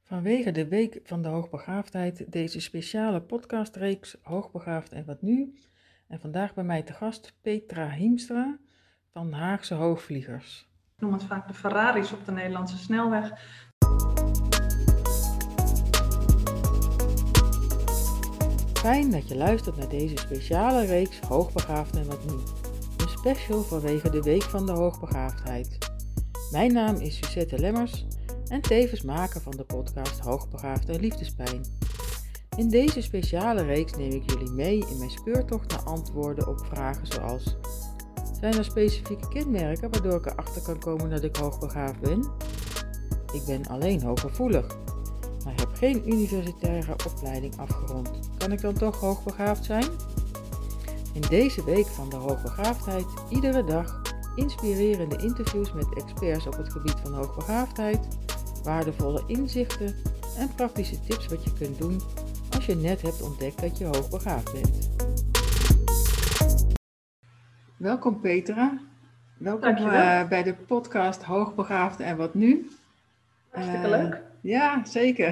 Vanwege de Week van de Hoogbegaafdheid deze speciale podcastreeks Hoogbegaafd en wat nu? En vandaag bij mij te gast Petra Hiemstra van Haagse Hoogvliegers. Ik noem het vaak de Ferraris op de Nederlandse snelweg. Fijn dat je luistert naar deze speciale reeks Hoogbegaafd en wat nu? Een special vanwege de Week van de Hoogbegaafdheid. Mijn naam is Suzette Lemmers en tevens maker van de podcast Hoogbegaafd en Liefdespijn. In deze speciale reeks neem ik jullie mee in mijn speurtocht naar antwoorden op vragen zoals: zijn er specifieke kenmerken waardoor ik erachter kan komen dat ik hoogbegaafd ben? Ik ben alleen hooggevoelig, maar heb geen universitaire opleiding afgerond. Kan ik dan toch hoogbegaafd zijn? In deze week van de hoogbegaafdheid iedere dag inspirerende interviews met experts op het gebied van hoogbegaafdheid, waardevolle inzichten en praktische tips wat je kunt doen als je net hebt ontdekt dat je hoogbegaafd bent. Welkom Petra. Welkom bij de podcast Hoogbegaafd en wat nu? Hartstikke leuk. Ja, zeker.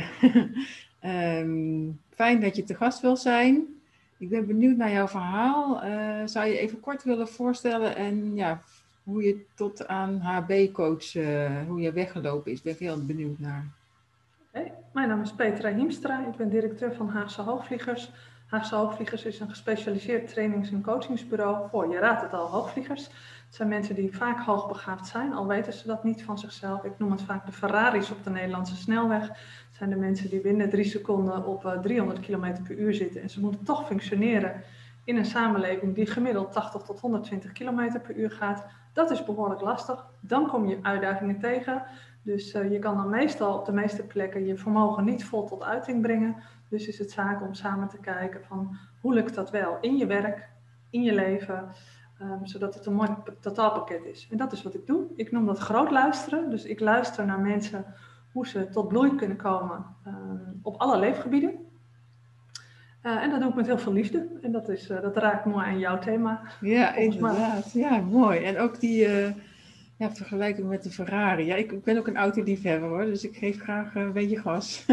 Fijn dat je te gast wil zijn. Ik ben benieuwd naar jouw verhaal. Zou je even kort willen voorstellen en hoe je tot aan HB-coach, hoe je weggelopen is? Ben ik heel benieuwd naar. Mijn naam is Petra Hiemstra. Ik ben directeur van Haagse Hoogvliegers. Haagse Hoogvliegers is een gespecialiseerd trainings- en coachingsbureau voor, je raadt het al, hoogvliegers. Het zijn mensen die vaak hoogbegaafd zijn, al weten ze dat niet van zichzelf. Ik noem het vaak de Ferraris op de Nederlandse snelweg. Het zijn de mensen die binnen 3 seconden op 300 km per uur zitten. En ze moeten toch functioneren in een samenleving die gemiddeld 80 tot 120 km per uur gaat. Dat is behoorlijk lastig. Dan kom je uitdagingen tegen. Dus je kan dan meestal op de meeste plekken je vermogen niet vol tot uiting brengen. Dus is het zaak om samen te kijken van hoe lukt dat wel in je werk, in je leven, zodat het een mooi totaalpakket is. En dat is wat ik doe. Ik noem dat groot luisteren. Dus ik luister naar mensen hoe ze tot bloei kunnen komen op alle leefgebieden. En dat doe ik met heel veel liefde. En dat raakt mooi aan jouw thema. Ja, inderdaad. Ja, mooi. En ook die vergelijking met de Ferrari. Ja, ik ben ook een autoliefhebber hoor, dus ik geef graag een beetje gas.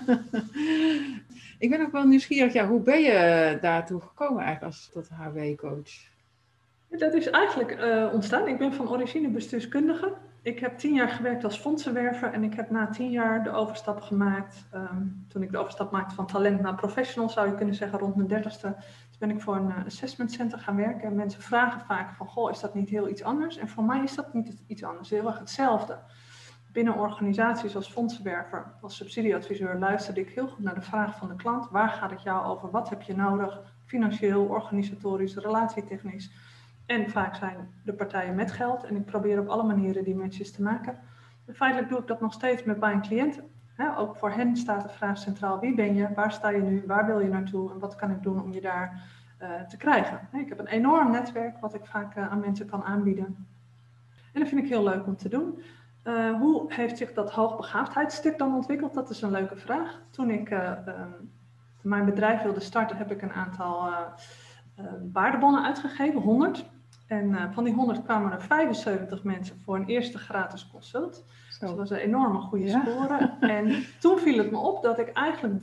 Ik ben ook wel nieuwsgierig, hoe ben je daartoe gekomen eigenlijk tot HB-coach? Dat is eigenlijk ontstaan. Ik ben van origine bestuurskundige. Ik heb 10 jaar gewerkt als fondsenwerver en ik heb na 10 jaar de overstap gemaakt. Toen ik de overstap maakte van talent naar professional, zou je kunnen zeggen, rond mijn 30ste. Dus ben ik voor een assessment center gaan werken. En mensen vragen vaak van, goh, is dat niet heel iets anders? En voor mij is dat niet iets anders, heel erg hetzelfde. Binnen organisaties als fondsenwerver, als subsidieadviseur, luisterde ik heel goed naar de vraag van de klant. Waar gaat het jou over? Wat heb je nodig? Financieel, organisatorisch, relatietechnisch. En vaak zijn de partijen met geld. En ik probeer op alle manieren die matches te maken. En feitelijk doe ik dat nog steeds met mijn cliënten. Ook voor hen staat de vraag centraal. Wie ben je? Waar sta je nu? Waar wil je naartoe? En wat kan ik doen om je daar te krijgen? Ik heb een enorm netwerk wat ik vaak aan mensen kan aanbieden. En dat vind ik heel leuk om te doen. Hoe heeft zich dat hoogbegaafdheidsstuk dan ontwikkeld? Dat is een leuke vraag. Toen ik mijn bedrijf wilde starten, heb ik een aantal waardebonnen uitgegeven, 100. En van die 100 kwamen er 75 mensen voor een eerste gratis consult. Dus dat was een enorme goede score. En toen viel het me op dat ik eigenlijk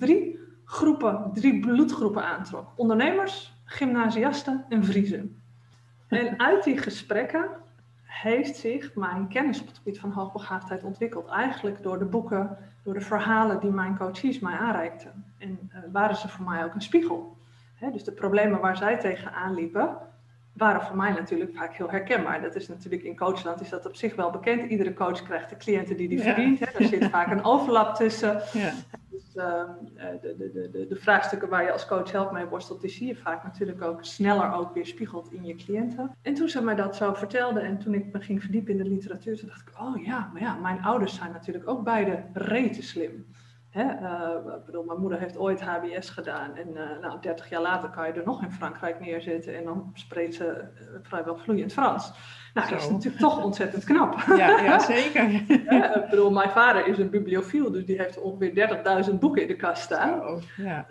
3 bloedgroepen aantrok. Ondernemers, gymnasiasten en Vriezen. En uit die gesprekken heeft zich mijn kennis op het gebied van hoogbegaafdheid ontwikkeld. Eigenlijk door de boeken, door de verhalen die mijn coaches mij aanreikten. En waren ze voor mij ook een spiegel. Dus de problemen waar zij tegenaan liepen, waren voor mij natuurlijk vaak heel herkenbaar. Dat is natuurlijk in coachland is dat op zich wel bekend. Iedere coach krijgt de cliënten die verdient. Er zit vaak een overlap tussen. Ja. Dus de vraagstukken waar je als coach zelf mee worstelt, die zie je vaak natuurlijk ook sneller ook weer spiegeld in je cliënten. En toen ze mij dat zo vertelde en toen ik me ging verdiepen in de literatuur, toen dacht ik, maar mijn ouders zijn natuurlijk ook beide rete slim. Mijn moeder heeft ooit HBS gedaan en 30 jaar later kan je er nog in Frankrijk neerzetten en dan spreekt ze vrijwel vloeiend Frans. Nou, dat is natuurlijk toch ontzettend knap. Ja, zeker. Mijn vader is een bibliofiel, dus die heeft ongeveer 30.000 boeken in de kast staan. Ja.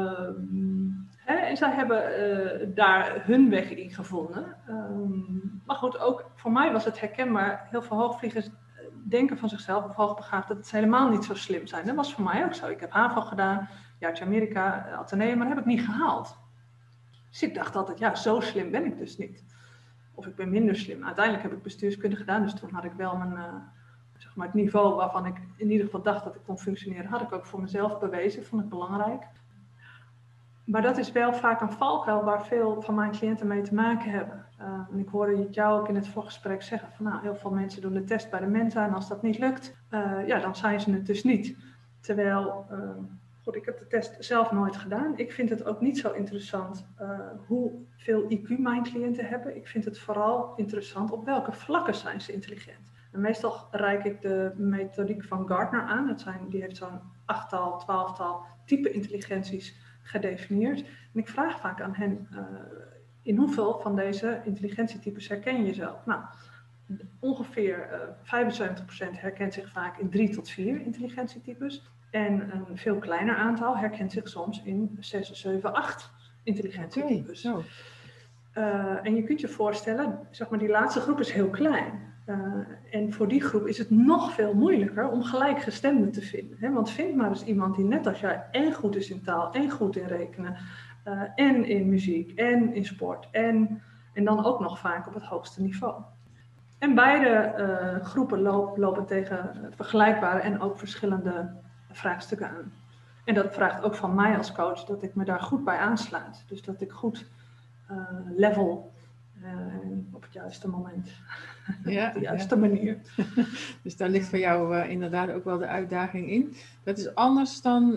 En zij hebben daar hun weg in gevonden. Maar goed, ook voor mij was het herkenbaar. Heel veel hoogvliegers denken van zichzelf of hoogbegaafd dat ze helemaal niet zo slim zijn. Dat was voor mij ook zo. Ik heb HAVO gedaan, jaartje Amerika, Atheneum, maar dat heb ik niet gehaald. Dus ik dacht altijd, ja, zo slim ben ik dus niet. Of ik ben minder slim. Uiteindelijk heb ik bestuurskunde gedaan, dus toen had ik wel mijn, zeg maar het niveau waarvan ik in ieder geval dacht dat ik kon functioneren, had ik ook voor mezelf bewezen, vond ik belangrijk. Maar dat is wel vaak een valkuil waar veel van mijn cliënten mee te maken hebben. En ik hoorde jou ook in het voorgesprek zeggen van nou, heel veel mensen doen de test bij de Mensa en als dat niet lukt, dan zijn ze het dus niet. Terwijl, goed, ik heb de test zelf nooit gedaan. Ik vind het ook niet zo interessant hoeveel IQ mijn cliënten hebben. Ik vind het vooral interessant op welke vlakken zijn ze intelligent. En meestal reik ik de methodiek van Gartner aan. Die heeft zo'n 8-tal, 12-tal type intelligenties gedefinieerd. En ik vraag vaak aan hen, in hoeveel van deze intelligentietypes herken je jezelf? Nou, ongeveer 75% herkent zich vaak in 3 tot 4 intelligentietypes. En een veel kleiner aantal herkent zich soms in 6, 7, 8 intelligentietypes. Okay, en je kunt je voorstellen, zeg maar, die laatste groep is heel klein. En voor die groep is het nog veel moeilijker om gelijkgestemden te vinden. Hè? Want vind maar eens iemand die net als jij en goed is in taal, en goed in rekenen, en in muziek, en in sport, en dan ook nog vaak op het hoogste niveau. En beide groepen lopen tegen vergelijkbare en ook verschillende vraagstukken aan. En dat vraagt ook van mij als coach dat ik me daar goed bij aansluit. Dus dat ik goed level op het juiste moment, ja, op de juiste manier. Dus daar ligt voor jou inderdaad ook wel de uitdaging in. Dat is anders dan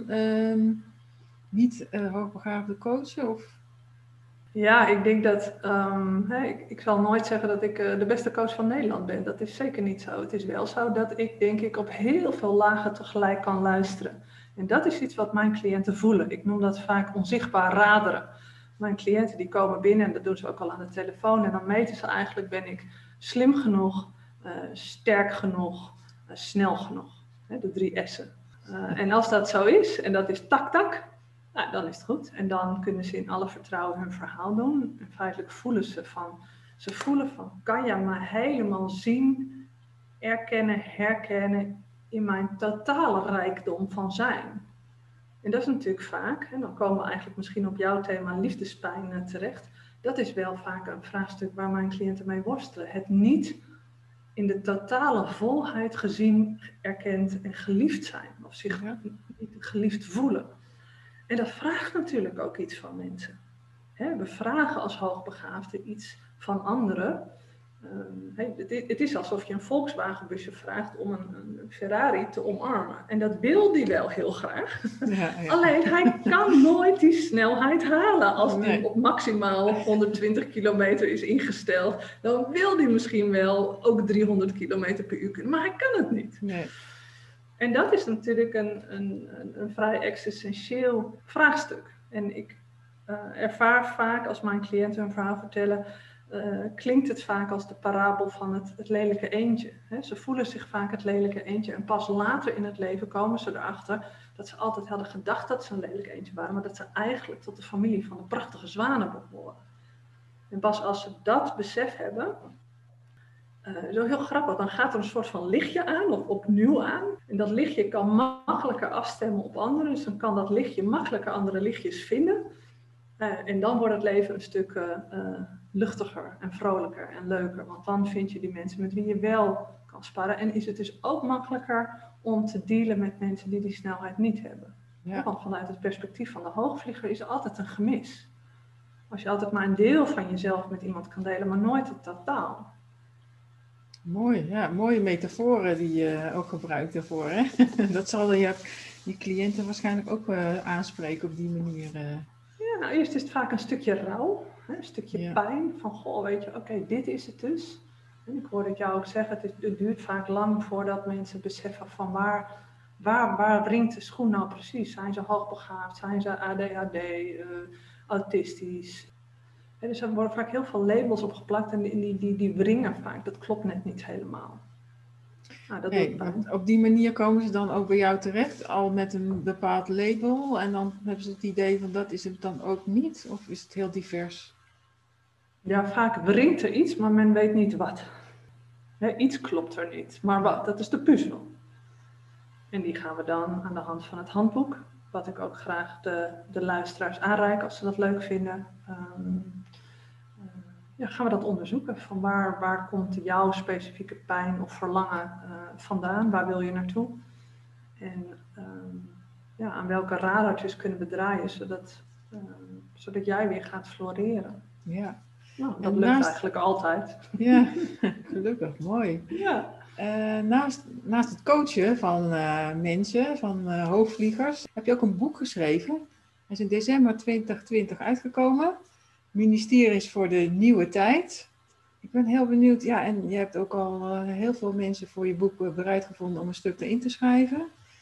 niet hoogbegaafde coachen? Of? Ja, ik denk dat, ik zal nooit zeggen dat ik de beste coach van Nederland ben. Dat is zeker niet zo. Het is wel zo dat ik, denk ik, op heel veel lagen tegelijk kan luisteren. En dat is iets wat mijn cliënten voelen. Ik noem dat vaak onzichtbaar raderen. Mijn cliënten die komen binnen, en dat doen ze ook al aan de telefoon. En dan meten ze eigenlijk, ben ik slim genoeg, sterk genoeg, snel genoeg. De 3 S'en. En als dat zo is, en dat is tak, tak, nou, dan is het goed. En dan kunnen ze in alle vertrouwen hun verhaal doen. En feitelijk voelen ze van, kan jij me helemaal zien, erkennen, herkennen in mijn totale rijkdom van zijn. En dat is natuurlijk vaak, en dan komen we eigenlijk misschien op jouw thema liefdespijn terecht. Dat is wel vaak een vraagstuk waar mijn cliënten mee worstelen. Het niet in de totale volheid gezien, erkend en geliefd zijn. Of zich niet geliefd voelen. En dat vraagt natuurlijk ook iets van mensen. We vragen als hoogbegaafden iets van anderen. Het is alsof je een Volkswagenbusje vraagt om een Ferrari te omarmen. En dat wil die wel heel graag. Ja. Alleen hij kan nooit die snelheid halen. Als die op maximaal 120 kilometer is ingesteld, dan wil die misschien wel ook 300 kilometer per uur kunnen. Maar hij kan het niet. Nee. En dat is natuurlijk een vrij existentieel vraagstuk. En ik ervaar vaak als mijn cliënten hun verhaal vertellen, klinkt het vaak als de parabel van het lelijke eendje. Ze voelen zich vaak het lelijke eendje en pas later in het leven komen ze erachter dat ze altijd hadden gedacht dat ze een lelijk eendje waren, maar dat ze eigenlijk tot de familie van de prachtige zwanen behoren. En pas als ze dat besef hebben, zo heel grappig, dan gaat er een soort van lichtje aan of opnieuw aan. En dat lichtje kan makkelijker afstemmen op anderen, dus dan kan dat lichtje makkelijker andere lichtjes vinden. En dan wordt het leven een stuk luchtiger en vrolijker en leuker. Want dan vind je die mensen met wie je wel kan sparren. En is het dus ook makkelijker om te dealen met mensen die snelheid niet hebben. Ja. Want vanuit het perspectief van de hoogvlieger is er altijd een gemis. Als je altijd maar een deel van jezelf met iemand kan delen, maar nooit het totaal. Mooi, ja, mooie metaforen die je ook gebruikt daarvoor. Hè? Dat zal je cliënten waarschijnlijk ook aanspreken op die manier. Ja, nou eerst is het vaak een stukje rouw, een stukje pijn. Van goh, weet je, oké, dit is het dus. En ik hoorde het jou ook zeggen, het duurt vaak lang voordat mensen beseffen van waar wringt de schoen nou precies? Zijn ze hoogbegaafd, zijn ze ADHD, autistisch? Dus er worden vaak heel veel labels opgeplakt en die wringen vaak. Dat klopt net niet helemaal. Nou, dat op die manier komen ze dan ook bij jou terecht, al met een bepaald label. En dan hebben ze het idee van dat is het dan ook niet? Of is het heel divers? Ja, vaak wringt er iets, maar men weet niet wat. Iets klopt er niet, maar wat? Dat is de puzzel. En die gaan we dan aan de hand van het handboek, wat ik ook graag de luisteraars aanreik als ze dat leuk vinden, gaan we dat onderzoeken. Van waar komt jouw specifieke pijn of verlangen vandaan? Waar wil je naartoe? En aan welke radertjes kunnen we draaien, zodat jij weer gaat floreren. Ja. Nou, dat lukt eigenlijk altijd. Ja, gelukkig, mooi. Ja. Naast het coachen van mensen, van hoogvliegers, heb je ook een boek geschreven. Hij is in december 2020 uitgekomen. Ministeries voor de Nieuwe Tijd. Ik ben heel benieuwd. Ja, en je hebt ook al heel veel mensen voor je boek bereid gevonden om een stuk erin te schrijven.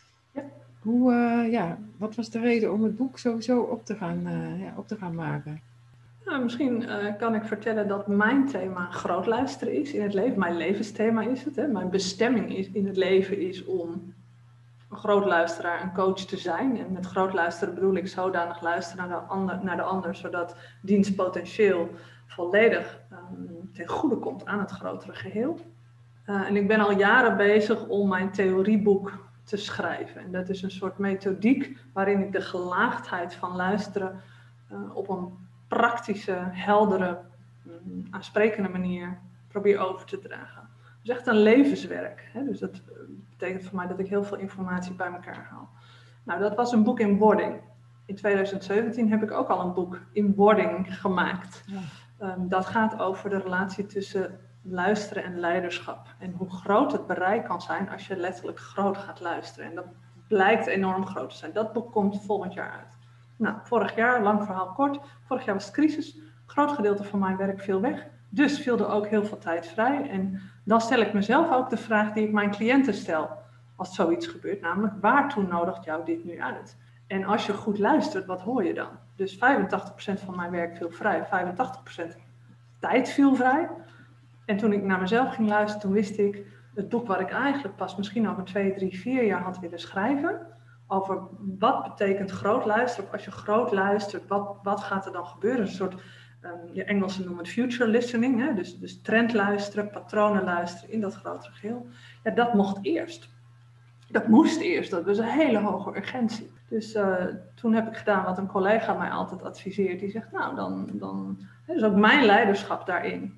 Ja. Wat was de reden om het boek sowieso op te gaan maken? Nou, misschien kan ik vertellen dat mijn thema groot luisteren is in het leven. Mijn levensthema is het. Hè. Mijn bestemming in het leven is om een groot luisteraar, een coach te zijn. En met groot luisteren bedoel ik zodanig luisteren naar de ander, zodat dienstpotentieel volledig ten goede komt aan het grotere geheel. En ik ben al jaren bezig om mijn theorieboek te schrijven. En dat is een soort methodiek waarin ik de gelaagdheid van luisteren op een praktische, heldere, aansprekende manier probeer over te dragen. Het is echt een levenswerk. Hè? Dus dat betekent voor mij dat ik heel veel informatie bij elkaar haal. Nou, dat was een boek in wording. In 2017 heb ik ook al een boek in wording gemaakt. Ja. Dat gaat over de relatie tussen luisteren en leiderschap. En hoe groot het bereik kan zijn als je letterlijk groot gaat luisteren. En dat blijkt enorm groot te zijn. Dat boek komt volgend jaar uit. Nou, vorig jaar, lang verhaal kort, vorig jaar was het crisis. Een groot gedeelte van mijn werk viel weg. Dus viel er ook heel veel tijd vrij. En dan stel ik mezelf ook de vraag die ik mijn cliënten stel als zoiets gebeurt. Namelijk, waartoe nodigt jou dit nu uit? En als je goed luistert, wat hoor je dan? Dus 85% van mijn werk viel vrij, 85% tijd viel vrij. En toen ik naar mezelf ging luisteren, toen wist ik, het boek wat ik eigenlijk pas misschien over 2, 3, 4 jaar had willen schrijven, over wat betekent groot luisteren, of als je groot luistert, wat gaat er dan gebeuren? Een soort, je Engelsen noemen het future listening, hè? Dus trend luisteren, patronen luisteren in dat grotere geheel. Ja, dat mocht eerst. Dat moest eerst, dat was een hele hoge urgentie. Dus toen heb ik gedaan wat een collega mij altijd adviseert. Die zegt, nou, dan is ook mijn leiderschap daarin.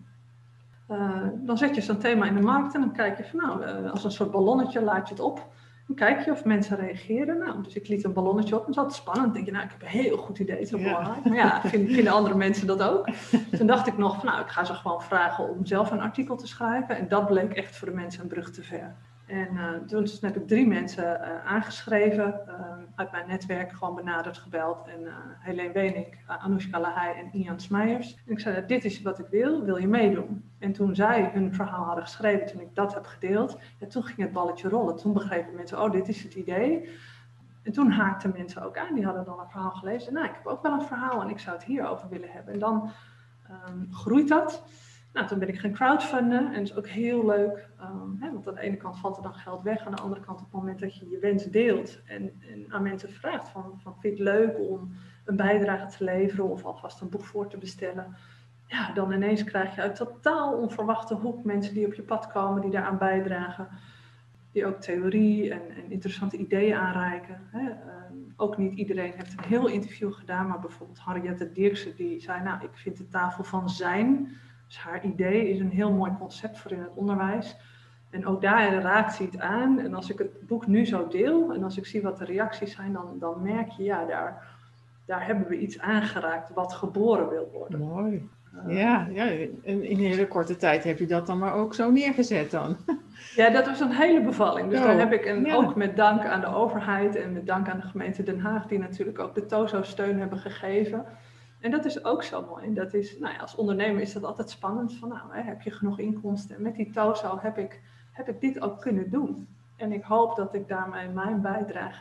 Dan zet je zo'n thema in de markt en dan kijk je van, nou, als een soort ballonnetje laat je het op. Dan kijk je of mensen reageren. Nou, dus ik liet een ballonnetje op en dat is altijd spannend. Dan denk je, nou, ik heb een heel goed idee, het is wel belangrijk. Maar ja, vinden andere mensen dat ook? Toen dacht ik nog van, nou, ik ga ze gewoon vragen om zelf een artikel te schrijven. En dat bleek echt voor de mensen een brug te ver. En toen heb ik 3 mensen aangeschreven, uit mijn netwerk gewoon benaderd, gebeld. En Helene Wenink, Anoushka Lahai en Ian Smijers. En ik zei, dit is wat ik wil je meedoen? En toen zij hun verhaal hadden geschreven, toen ik dat heb gedeeld, toen ging het balletje rollen. Toen begrepen mensen, oh, dit is het idee. En toen haakten mensen ook aan, die hadden dan een verhaal gelezen. Nou, ik heb ook wel een verhaal en ik zou het hierover willen hebben. En dan groeit dat. Nou, toen ben ik gaan crowdfunden en dat is ook heel leuk, want aan de ene kant valt er dan geld weg, aan de andere kant op het moment dat je je wens deelt en aan mensen vraagt van vind je het leuk om een bijdrage te leveren of alvast een boek voor te bestellen, ja, dan ineens krijg je uit totaal onverwachte hoek mensen die op je pad komen, die daaraan bijdragen, die ook theorie en interessante ideeën aanreiken. Ook niet iedereen heeft een heel interview gedaan, maar bijvoorbeeld Henriette Dirksen die zei, nou, ik vind de tafel van zijn. Dus haar idee is een heel mooi concept voor in het onderwijs. En ook daar raakt ze het aan. En als ik het boek nu zo deel en als ik zie wat de reacties zijn, dan merk je, ja, daar hebben we iets aangeraakt wat geboren wil worden. Mooi. Ja, en in een hele korte tijd heb je dat dan maar ook zo neergezet dan. Ja, dat was een hele bevalling. Dus daar heb ik, ook met dank aan de overheid en met dank aan de gemeente Den Haag, die natuurlijk ook de TOZO-steun hebben gegeven. En dat is ook zo mooi. Dat is, nou ja, als ondernemer is dat altijd spannend. Van, nou, heb je genoeg inkomsten? En met die TOZO heb ik dit ook kunnen doen. En ik hoop dat ik daarmee mijn bijdrage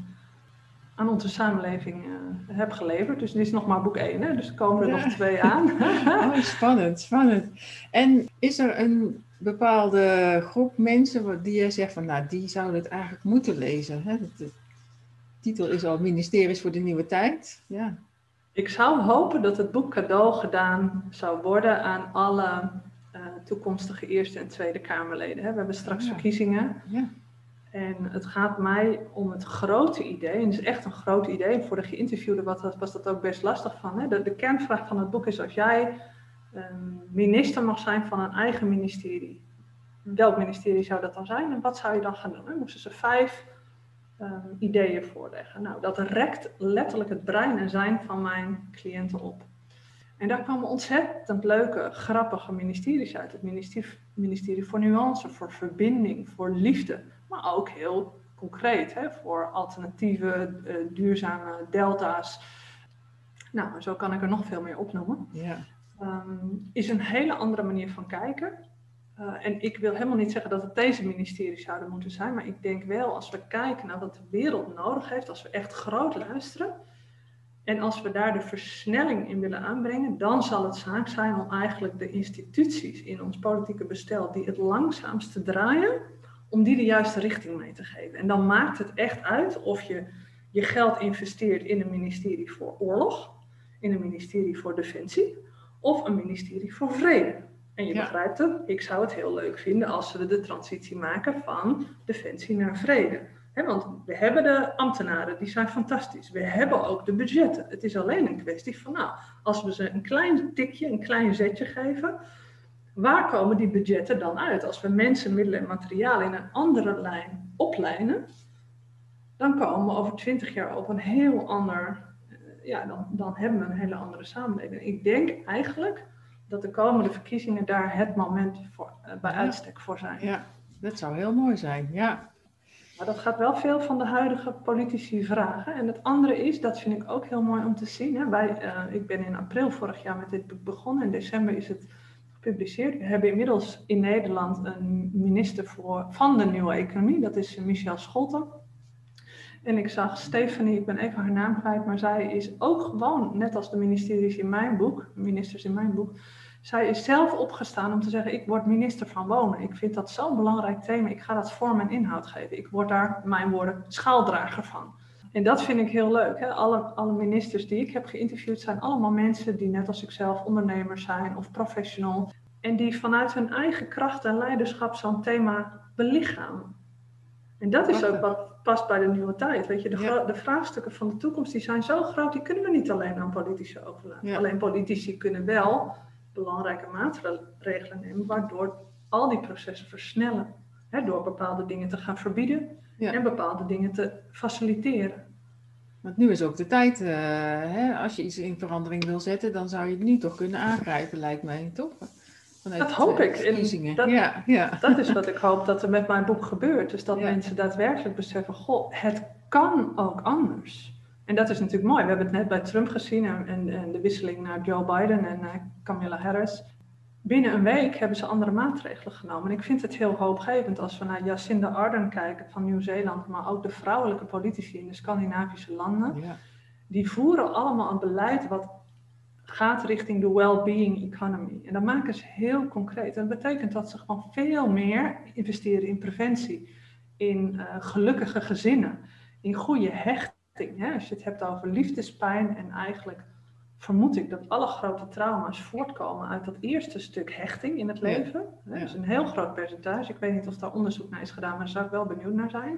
aan onze samenleving heb geleverd. Dus dit is nog maar boek 1, hè? Dus er komen er nog 2 aan. Oh, spannend. En is er een bepaalde groep mensen die je zegt van, nou, die zouden het eigenlijk moeten lezen? Hè? De titel is al Ministeries voor de Nieuwe Tijd. Ja. Ik zou hopen dat het boek cadeau gedaan zou worden aan alle toekomstige Eerste en Tweede Kamerleden. Hè. We hebben straks Ja. verkiezingen. Ja. En het gaat mij om het grote idee, en het is echt een groot idee, voor de geïnterviewde was dat ook best lastig van. Hè? De kernvraag van het boek is: als jij minister mag zijn van een eigen ministerie, welk ministerie zou dat dan zijn en wat zou je dan gaan doen? Dan moesten ze 5 ideeën voorleggen. Nou, dat rekt letterlijk het brein en zijn van mijn cliënten op. En daar kwamen ontzettend leuke, grappige ministeries uit. Het ministerie voor Nuance, voor Verbinding, voor Liefde. Maar ook heel concreet, hè, voor alternatieve, duurzame delta's. Nou, zo kan ik er nog veel meer opnoemen. Ja. Is een hele andere manier van kijken. En ik wil helemaal niet zeggen dat het deze ministeries zouden moeten zijn. Maar ik denk wel, als we kijken naar wat de wereld nodig heeft, als we echt groot luisteren. En als we daar de versnelling in willen aanbrengen, dan zal het zaak zijn om eigenlijk de instituties in ons politieke bestel die het langzaamste draaien, om die de juiste richting mee te geven. En dan maakt het echt uit of je je geld investeert in een ministerie voor oorlog, in een ministerie voor defensie of een ministerie voor vrede. En je begrijpt het, ik zou het heel leuk vinden als we de transitie maken van defensie naar vrede. Want we hebben de ambtenaren, die zijn fantastisch. We hebben ook de budgetten. Het is alleen een kwestie van, nou, als we ze een klein tikje, een klein zetje geven, waar komen die budgetten dan uit? Als we mensen, middelen en materiaal in een andere lijn oplijnen, dan komen we over 20 jaar op een heel ander, dan hebben we een hele andere samenleving. Ik denk eigenlijk dat de komende verkiezingen daar het moment voor, bij uitstek voor zijn. Ja, dat zou heel mooi zijn, ja. Maar dat gaat wel veel van de huidige politici vragen. En het andere is, dat vind ik ook heel mooi om te zien. Hè. Ik ben in april vorig jaar met dit boek begonnen. In december is het gepubliceerd. We hebben inmiddels in Nederland een minister van de nieuwe economie. Dat is Michelle Scholten. En ik zag Stephanie, ik ben even haar naam kwijt, maar zij is ook gewoon, net als de ministers in mijn boek, zij is zelf opgestaan om te zeggen, ik word minister van Wonen. Ik vind dat zo'n belangrijk thema, ik ga dat vorm en inhoud geven. Ik word daar, mijn woorden, schaaldrager van. En dat vind ik heel leuk. Hè? Alle ministers die ik heb geïnterviewd zijn allemaal mensen die net als ik zelf ondernemers zijn of professional. En die vanuit hun eigen kracht en leiderschap zo'n thema belichamen. En dat is ook wat past bij de nieuwe tijd. Weet je, de vraagstukken van de toekomst die zijn zo groot, die kunnen we niet alleen aan politici overlaten. Ja. Alleen politici kunnen wel belangrijke maatregelen nemen, waardoor al die processen versnellen. Hè, door bepaalde dingen te gaan verbieden en bepaalde dingen te faciliteren. Want nu is ook de tijd, als je iets in verandering wil zetten, dan zou je het nu toch kunnen aangrijpen, lijkt mij, toch? Vanuit dat hoop ik. Dat is wat ik hoop dat er met mijn boek gebeurt. Dus dat mensen daadwerkelijk beseffen, goh, het kan ook anders. En dat is natuurlijk mooi. We hebben het net bij Trump gezien en de wisseling naar Joe Biden en Kamala Harris. Binnen een week hebben ze andere maatregelen genomen. En ik vind het heel hoopgevend als we naar Jacinda Ardern kijken van Nieuw-Zeeland, maar ook de vrouwelijke politici in de Scandinavische landen. Ja. Die voeren allemaal een beleid wat gaat richting de well-being economy. En dat maken ze heel concreet. En dat betekent dat ze gewoon veel meer investeren in preventie, in gelukkige gezinnen, in goede hechting. Hè? Als je het hebt over liefdespijn en eigenlijk vermoed ik dat alle grote trauma's voortkomen uit dat eerste stuk hechting in het leven. Ja. Dat is een heel groot percentage. Ik weet niet of daar onderzoek naar is gedaan, maar daar zou ik wel benieuwd naar zijn.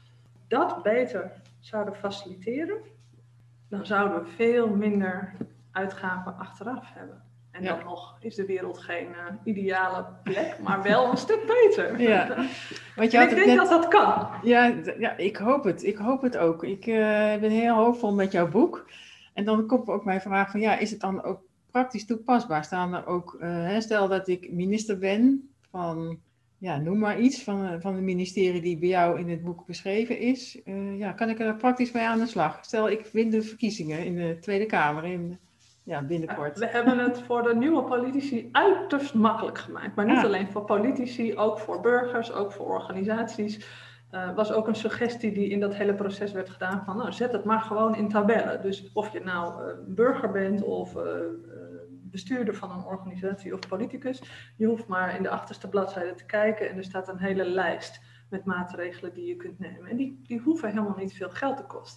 Dat beter zouden faciliteren, dan zouden we veel minder uitgaven achteraf hebben. En dan nog is de wereld geen ideale plek, maar wel een stuk beter. Ja. Want ik denk dat dat kan. Ja, ik hoop het. Ik hoop het ook. Ik ben heel hoopvol met jouw boek. En dan komt ook mijn vraag van, is het dan ook praktisch toepasbaar? Staan er ook, stel dat ik minister ben van, noem maar iets, van het ministerie die bij jou in het boek beschreven is. Kan ik er praktisch mee aan de slag? Stel, ik win de verkiezingen in de Tweede Kamer binnenkort. We hebben het voor de nieuwe politici uiterst makkelijk gemaakt. Maar niet alleen voor politici, ook voor burgers, ook voor organisaties. Was ook een suggestie die in dat hele proces werd gedaan van, zet het maar gewoon in tabellen. Dus of je nou burger bent of bestuurder van een organisatie of politicus, je hoeft maar in de achterste bladzijde te kijken en er staat een hele lijst met maatregelen die je kunt nemen. En die hoeven helemaal niet veel geld te kosten.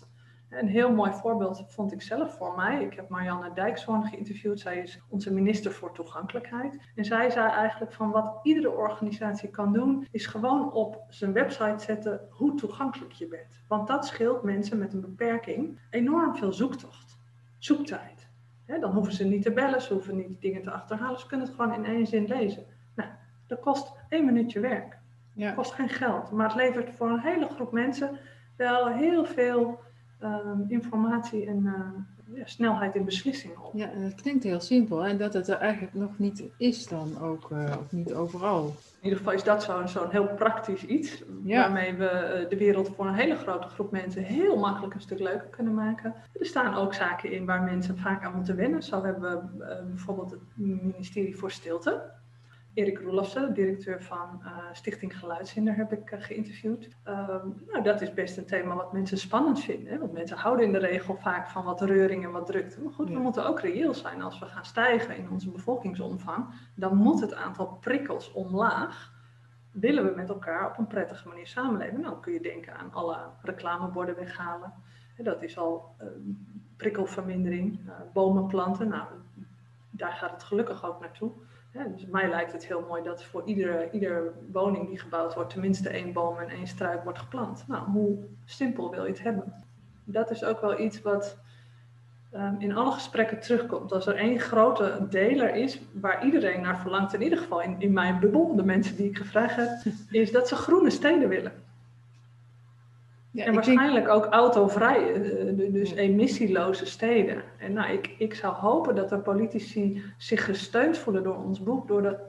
Een heel mooi voorbeeld vond ik zelf voor mij. Ik heb Marianne Dijkshoorn geïnterviewd. Zij is onze minister voor toegankelijkheid. En zij zei eigenlijk van wat iedere organisatie kan doen, is gewoon op zijn website zetten hoe toegankelijk je bent. Want dat scheelt mensen met een beperking enorm veel zoektijd. Dan hoeven ze niet te bellen, ze hoeven niet dingen te achterhalen. Ze kunnen het gewoon in 1 zin lezen. Nou, dat kost 1 minuutje werk. Ja. Dat kost geen geld. Maar het levert voor een hele groep mensen wel heel veel informatie en snelheid in beslissingen op. Ja, en het klinkt heel simpel en dat het er eigenlijk nog niet is dan ook, of niet overal. In ieder geval is dat zo'n heel praktisch iets, waarmee we de wereld voor een hele grote groep mensen heel makkelijk een stuk leuker kunnen maken. Er staan ook zaken in waar mensen vaak aan moeten wennen. Zo hebben we bijvoorbeeld het ministerie voor Stilte. Erik Roelofsen, directeur van Stichting Geluidshinder, heb ik geïnterviewd. Dat is best een thema wat mensen spannend vinden. Hè? Want mensen houden in de regel vaak van wat reuring en wat drukte. Maar goed, we moeten ook reëel zijn. Als we gaan stijgen in onze bevolkingsomvang, dan moet het aantal prikkels omlaag. Willen we met elkaar op een prettige manier samenleven? Nou, dan kun je denken aan alle reclameborden weghalen. Dat is al prikkelvermindering, bomen planten. Nou, daar gaat het gelukkig ook naartoe. Dus mij lijkt het heel mooi dat voor ieder woning die gebouwd wordt tenminste 1 boom en 1 struik wordt geplant. Nou, hoe simpel wil je het hebben? Dat is ook wel iets wat in alle gesprekken terugkomt. Als er 1 grote deler is waar iedereen naar verlangt, in ieder geval in mijn bubbel, de mensen die ik gevraagd heb, is dat ze groene steden willen. Ja, en waarschijnlijk ook autovrij, dus emissieloze steden. En nou, ik zou hopen dat de politici zich gesteund voelen door ons boek,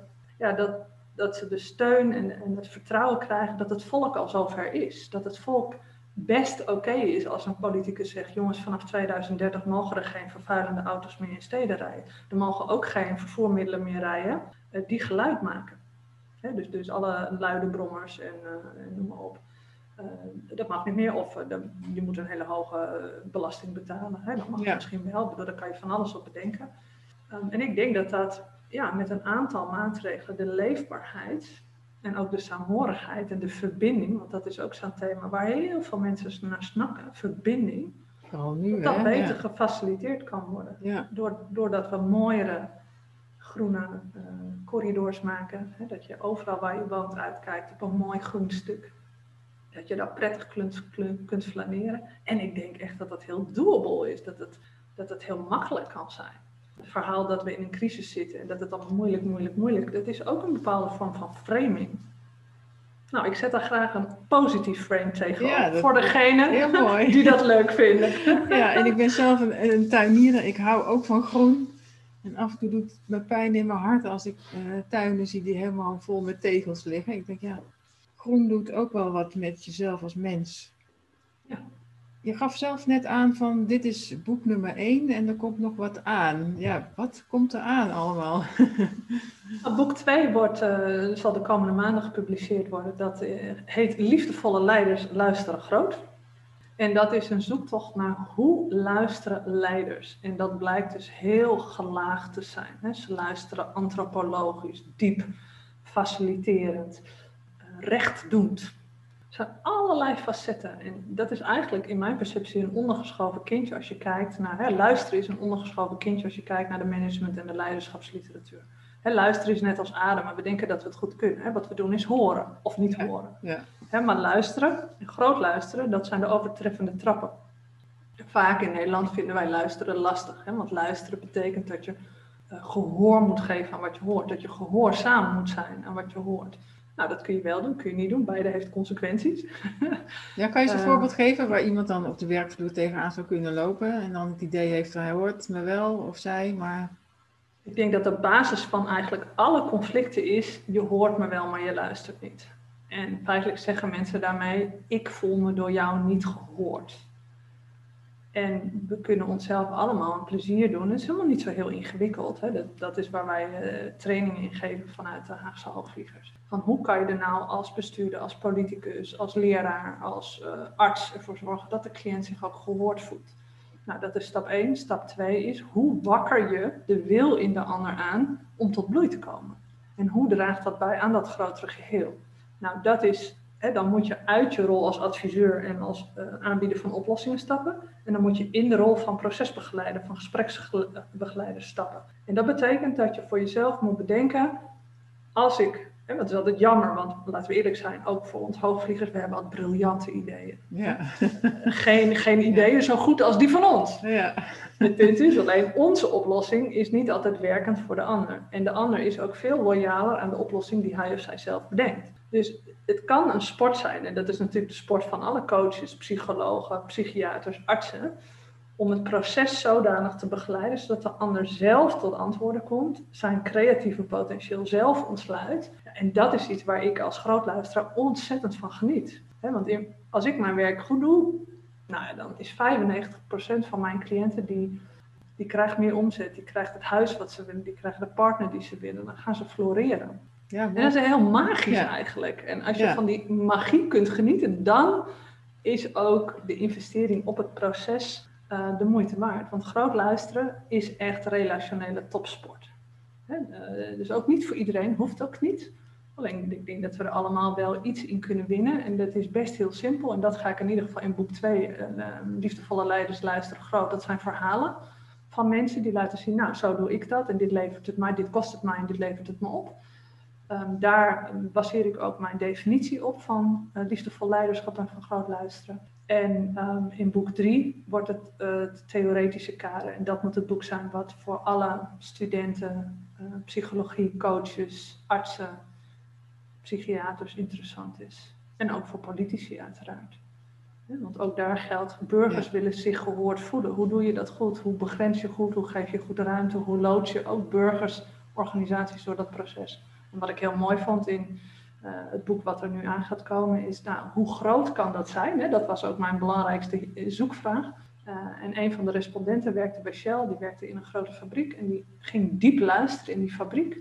dat ze de steun en het vertrouwen krijgen dat het volk al zover is. Dat het volk best oké is als een politicus zegt, jongens, vanaf 2030 mogen er geen vervuilende auto's meer in steden rijden. Er mogen ook geen vervoermiddelen meer rijden die geluid maken. Dus alle luide brommers en noem maar op. Dat mag niet meer, of je moet een hele hoge belasting betalen. Dat mag misschien wel, daar kan je van alles op bedenken. En ik denk dat met een aantal maatregelen de leefbaarheid en ook de saamhorigheid en de verbinding, want dat is ook zo'n thema waar heel veel mensen naar snakken, verbinding, dat beter gefaciliteerd kan worden. Ja. Doordat we mooiere groene corridors maken, dat je overal waar je woont uitkijkt op een mooi groen stuk. Dat je daar prettig kunt flaneren. En ik denk echt dat dat heel doable is. Dat het heel makkelijk kan zijn. Het verhaal dat we in een crisis zitten en dat het allemaal moeilijk. Dat is ook een bepaalde vorm van framing. Nou, ik zet daar graag een positief frame tegenover. Voor degenen die dat leuk vinden. Ja, en ik ben zelf een tuinier. Ik hou ook van groen. En af en toe doet het me pijn in mijn hart als ik tuinen zie die helemaal vol met tegels liggen. Ik denk, groen doet ook wel wat met jezelf als mens. Ja. Je gaf zelf net aan van dit is boek nummer 1 en er komt nog wat aan. Ja, wat komt er aan allemaal? Boek 2 zal de komende maanden gepubliceerd worden. Dat heet Liefdevolle leiders luisteren groot. En dat is een zoektocht naar hoe luisteren leiders. En dat blijkt dus heel gelaagd te zijn. Ze luisteren antropologisch, diep, faciliterend, rechtdoend. Er zijn allerlei facetten. En dat is eigenlijk in mijn perceptie een ondergeschoven kindje als je kijkt naar... luisteren is een ondergeschoven kindje als je kijkt naar de management- en de leiderschapsliteratuur. Luisteren is net als ademen. We denken dat we het goed kunnen. Wat we doen is horen of niet horen. Ja. Maar luisteren, groot luisteren, dat zijn de overtreffende trappen. Vaak in Nederland vinden wij luisteren lastig. Want luisteren betekent dat je gehoor moet geven aan wat je hoort. Dat je gehoorzaam moet zijn aan wat je hoort. Nou, dat kun je wel doen, kun je niet doen. Beide heeft consequenties. Ja, kan je eens een voorbeeld geven waar iemand dan op de werkvloer tegenaan zou kunnen lopen en dan het idee heeft van hij hoort me wel of zij, maar... Ik denk dat de basis van eigenlijk alle conflicten is, je hoort me wel, maar je luistert niet. En feitelijk zeggen mensen daarmee, ik voel me door jou niet gehoord. En we kunnen onszelf allemaal een plezier doen. Het is helemaal niet zo heel ingewikkeld. Dat is waar wij trainingen in geven vanuit de Haagse Hoogvliegers. Van hoe kan je er nou als bestuurder, als politicus, als leraar, als arts ervoor zorgen dat de cliënt zich ook gehoord voelt. Nou, dat is stap 1. Stap 2 is, hoe wakker je de wil in de ander aan om tot bloei te komen? En hoe draagt dat bij aan dat grotere geheel? Nou, dat is dan moet je uit je rol als adviseur en als aanbieder van oplossingen stappen. En dan moet je in de rol van procesbegeleider, van gespreksbegeleider stappen. En dat betekent dat je voor jezelf moet bedenken, als ik, dat is altijd jammer, want laten we eerlijk zijn, ook voor ons hoogvliegers, we hebben altijd briljante ideeën. Ja. Geen ideeën zo goed als die van ons. Ja. Het punt is alleen, onze oplossing is niet altijd werkend voor de ander. En de ander is ook veel loyaler aan de oplossing die hij of zij zelf bedenkt. Dus het kan een sport zijn, en dat is natuurlijk de sport van alle coaches, psychologen, psychiaters, artsen, om het proces zodanig te begeleiden, zodat de ander zelf tot antwoorden komt, zijn creatieve potentieel zelf ontsluit. En dat is iets waar ik als grootluisteraar ontzettend van geniet. Want als ik mijn werk goed doe, dan is 95% van mijn cliënten die krijgt meer omzet, die krijgt het huis wat ze willen, die krijgen de partner die ze willen, dan gaan ze floreren. Ja, en dat is heel magisch eigenlijk. En als je van die magie kunt genieten, dan is ook de investering op het proces de moeite waard. Want groot luisteren is echt relationele topsport. Dus ook niet voor iedereen, hoeft ook niet. Alleen ik denk dat we er allemaal wel iets in kunnen winnen. En dat is best heel simpel. En dat ga ik in ieder geval in boek 2, Liefdevolle Leiders luisteren groot. Dat zijn verhalen van mensen die laten zien, nou zo doe ik dat. En dit levert het mij, dit kost het mij en dit levert het me op. Daar baseer ik ook mijn definitie op van liefdevol leiderschap en van groot luisteren. En in boek 3 wordt het theoretische kader. En dat moet het boek zijn wat voor alle studenten, psychologie, coaches, artsen, psychiaters interessant is. En ook voor politici uiteraard. Want ook daar geldt, burgers willen zich gehoord voelen. Hoe doe je dat goed? Hoe begrens je goed? Hoe geef je goed ruimte? Hoe lood je ook burgersorganisaties door dat proces? En wat ik heel mooi vond in het boek wat er nu aan gaat komen is, hoe groot kan dat zijn? Dat was ook mijn belangrijkste zoekvraag. En een van de respondenten werkte bij Shell, die werkte in een grote fabriek en die ging diep luisteren in die fabriek.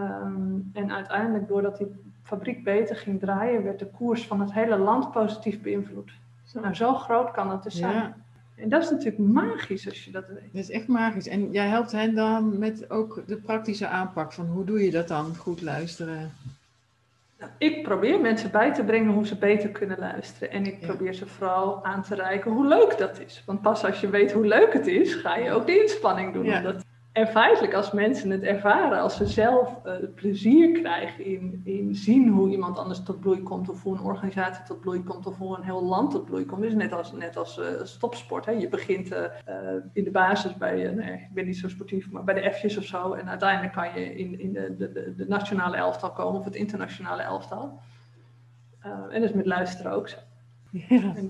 En uiteindelijk, doordat die fabriek beter ging draaien, werd de koers van het hele land positief beïnvloed. Zo groot kan het dus zijn. Ja. En dat is natuurlijk magisch als je dat weet. Dat is echt magisch. En jij helpt hen dan met ook de praktische aanpak van hoe doe je dat dan, goed luisteren? Nou, ik probeer mensen bij te brengen hoe ze beter kunnen luisteren. En ik probeer ze vooral aan te reiken hoe leuk dat is. Want pas als je weet hoe leuk het is, ga je ook de inspanning doen. Ja. En feitelijk, als mensen het ervaren, als ze zelf plezier krijgen in zien hoe iemand anders tot bloei komt, of hoe een organisatie tot bloei komt, of hoe een heel land tot bloei komt. Dus net als topsport. Hè. Je begint in de basis bij, ik ben niet zo sportief, maar bij de F'jes of zo. En uiteindelijk kan je in de nationale elftal komen, of het internationale elftal. En dat is met luisteren ook zo. Ja. En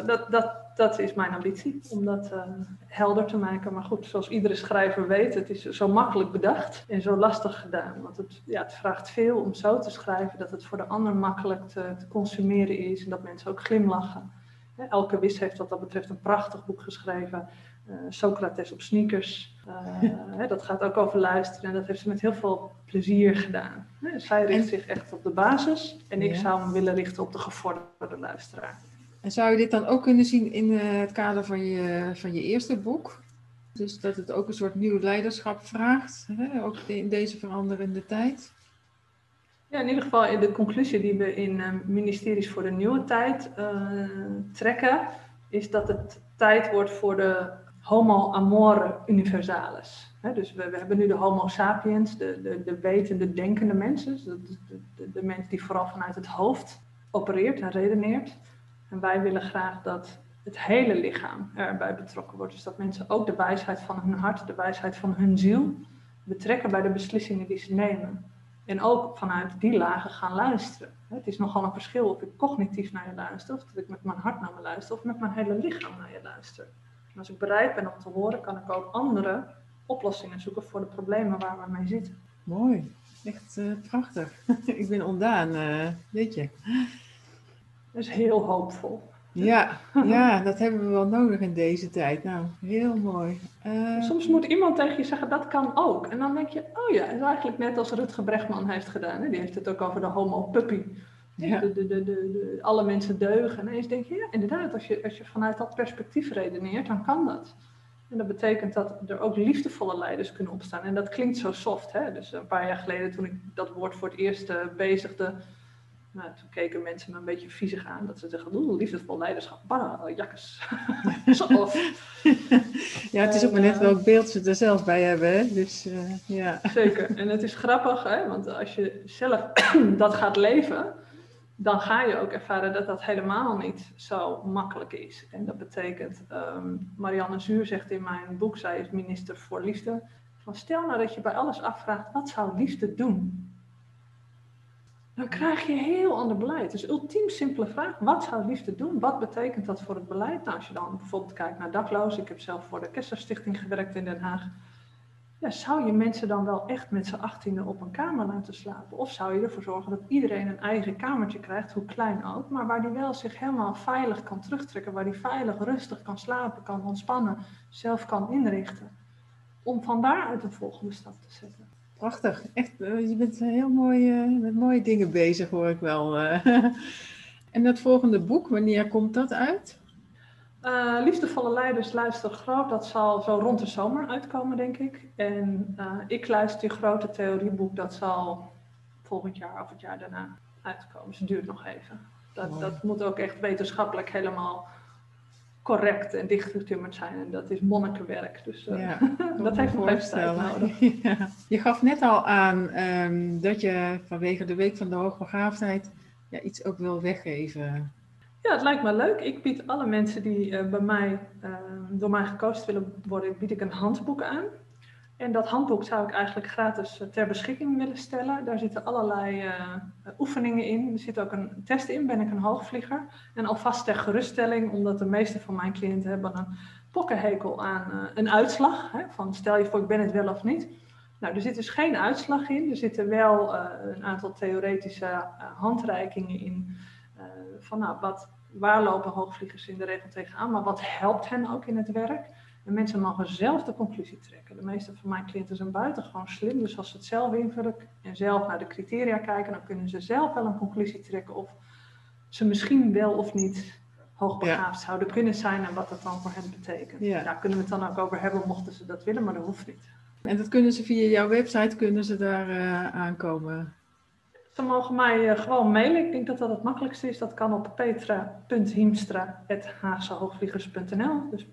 dat is mijn ambitie, om dat helder te maken. Maar goed, zoals iedere schrijver weet, het is zo makkelijk bedacht en zo lastig gedaan. Want het vraagt veel om zo te schrijven dat het voor de ander makkelijk te consumeren is en dat mensen ook glimlachen. Elke Wis heeft wat dat betreft een prachtig boek geschreven, Socrates op sneakers. Dat gaat ook over luisteren en dat heeft ze met heel veel plezier gedaan. Zij richt zich echt op de basis en ik zou hem willen richten op de gevorderde luisteraar. En zou je dit dan ook kunnen zien in het kader van je eerste boek? Dus dat het ook een soort nieuw leiderschap vraagt, ook in deze veranderende tijd? Ja, in ieder geval in de conclusie die we in Ministeries voor de Nieuwe Tijd trekken, is dat het tijd wordt voor de homo amore universalis. Dus we hebben nu de homo sapiens, de wetende, denkende mensen. De mens die vooral vanuit het hoofd opereert en redeneert. En wij willen graag dat het hele lichaam erbij betrokken wordt. Dus dat mensen ook de wijsheid van hun hart, de wijsheid van hun ziel betrekken bij de beslissingen die ze nemen. En ook vanuit die lagen gaan luisteren. Het is nogal een verschil of ik cognitief naar je luister, of dat ik met mijn hart naar me luister, of met mijn hele lichaam naar je luister. En als ik bereid ben om te horen, kan ik ook andere oplossingen zoeken voor de problemen waar we mee zitten. Mooi, echt prachtig. Ik ben ontdaan, weet je. Dat is heel hoopvol. Ja, dat hebben we wel nodig in deze tijd. Nou, heel mooi. Soms moet iemand tegen je zeggen, dat kan ook. En dan denk je, oh ja, het is eigenlijk net als Rutger Bregman heeft gedaan. Hè? Die heeft het ook over de homo puppy. Ja. Alle mensen deugen. En ineens denk je, ja, inderdaad, als je vanuit dat perspectief redeneert, dan kan dat. En dat betekent dat er ook liefdevolle leiders kunnen opstaan. En dat klinkt zo soft, hè? Dus een paar jaar geleden, toen ik dat woord voor het eerst bezigde, Nou, toen keken mensen me een beetje viezig aan. Dat ze zeggen, liefdevol leiderschap, jakkes. Ja, het is ook maar net welk beeld ze er zelf bij hebben. Hè? Dus, ja. Zeker. En het is grappig, hè? Want als je zelf dat gaat leven, dan ga je ook ervaren dat dat helemaal niet zo makkelijk is. En dat betekent, Marianne Zuur zegt in mijn boek, zij is minister voor liefde, van stel nou dat je bij alles afvraagt, wat zou liefde doen? Dan krijg je een heel ander beleid. Dus ultiem simpele vraag, wat zou liefde doen? Wat betekent dat voor het beleid? Nou, als je dan bijvoorbeeld kijkt naar daklozen, ik heb zelf voor de Kessler-stichting gewerkt in Den Haag. Ja, zou je mensen dan wel echt met z'n 18e op een kamer laten slapen? Of zou je ervoor zorgen dat iedereen een eigen kamertje krijgt, hoe klein ook, maar waar die wel zich helemaal veilig kan terugtrekken, waar die veilig, rustig kan slapen, kan ontspannen, zelf kan inrichten. Om van daaruit de volgende stap te zetten. Prachtig. Echt, je bent heel mooi met mooie dingen bezig, hoor ik wel. En dat volgende boek, wanneer komt dat uit? Liefdevolle leiders luisteren groot, dat zal zo rond de zomer uitkomen, denk ik. En ik luister die grote theorieboek, dat zal volgend jaar of het jaar daarna uitkomen. Dus het duurt nog even. Dat moet ook echt wetenschappelijk helemaal correct en dichtgetimmerd zijn. En dat is monnikenwerk. Dus dat heeft nog even tijd nodig. Ja. Je gaf net al aan dat je vanwege de Week van de Hoogbegaafdheid iets ook wil weggeven. Ja, het lijkt me leuk. Ik bied alle mensen die bij mij, door mij gecoacht willen worden, bied ik een handboek aan. En dat handboek zou ik eigenlijk gratis ter beschikking willen stellen. Daar zitten allerlei oefeningen in. Er zit ook een test in, ben ik een hoogvlieger. En alvast ter geruststelling, omdat de meeste van mijn cliënten hebben een pokkenhekel aan een uitslag. Hè, van stel je voor, ik ben het wel of niet. Nou, er zit dus geen uitslag in. Er zitten wel een aantal theoretische handreikingen in. Waar lopen hoogvliegers in de regel tegenaan, maar wat helpt hen ook in het werk? En mensen mogen zelf de conclusie trekken. De meeste van mijn cliënten zijn buitengewoon slim, dus als ze het zelf invullen en zelf naar de criteria kijken, dan kunnen ze zelf wel een conclusie trekken of ze misschien wel of niet hoogbegaafd zouden kunnen zijn en wat dat dan voor hen betekent. Ja. Daar kunnen we het dan ook over hebben, mochten ze dat willen, maar dat hoeft niet. En dat kunnen ze via jouw website, kunnen ze daar aankomen? Ze mogen mij gewoon mailen. Ik denk dat dat het makkelijkste is. Dat kan op petra.hiemstra@haagsehoogvliegers.nl. Dus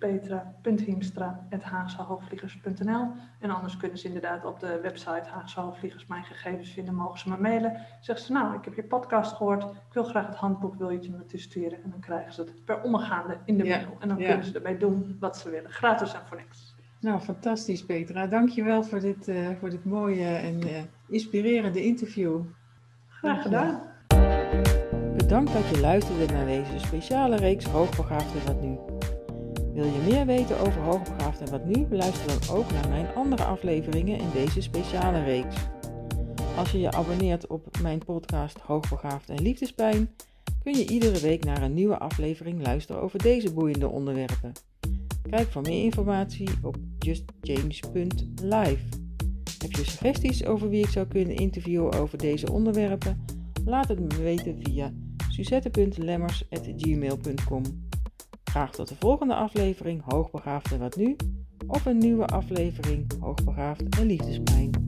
petra.hiemstra@haagsehoogvliegers.nl. En anders kunnen ze inderdaad op de website Haagse Hoogvliegers mijn gegevens vinden. Mogen ze me mailen. Zeggen ze, nou, ik heb je podcast gehoord. Ik wil graag het handboek, wil je het me toesturen? En dan krijgen ze het per omgaande in de mail. En dan kunnen ze ermee doen wat ze willen. Gratis en voor niks. Nou, fantastisch, Petra. Dankjewel voor dit mooie en inspirerende interview. Graag gedaan. Bedankt dat je luisterde naar deze speciale reeks Hoogbegaafd en wat nu. Wil je meer weten over Hoogbegaafd en wat nu? Luister dan ook naar mijn andere afleveringen in deze speciale reeks. Als je je abonneert op mijn podcast Hoogbegaafd en Liefdespijn, kun je iedere week naar een nieuwe aflevering luisteren over deze boeiende onderwerpen. Kijk voor meer informatie op justchange.live. Heb je suggesties over wie ik zou kunnen interviewen over deze onderwerpen? Laat het me weten via suzette.lemmers@gmail.com. Graag tot de volgende aflevering Hoogbegaafd en wat nu? Of een nieuwe aflevering Hoogbegaafd en Liefdespijn.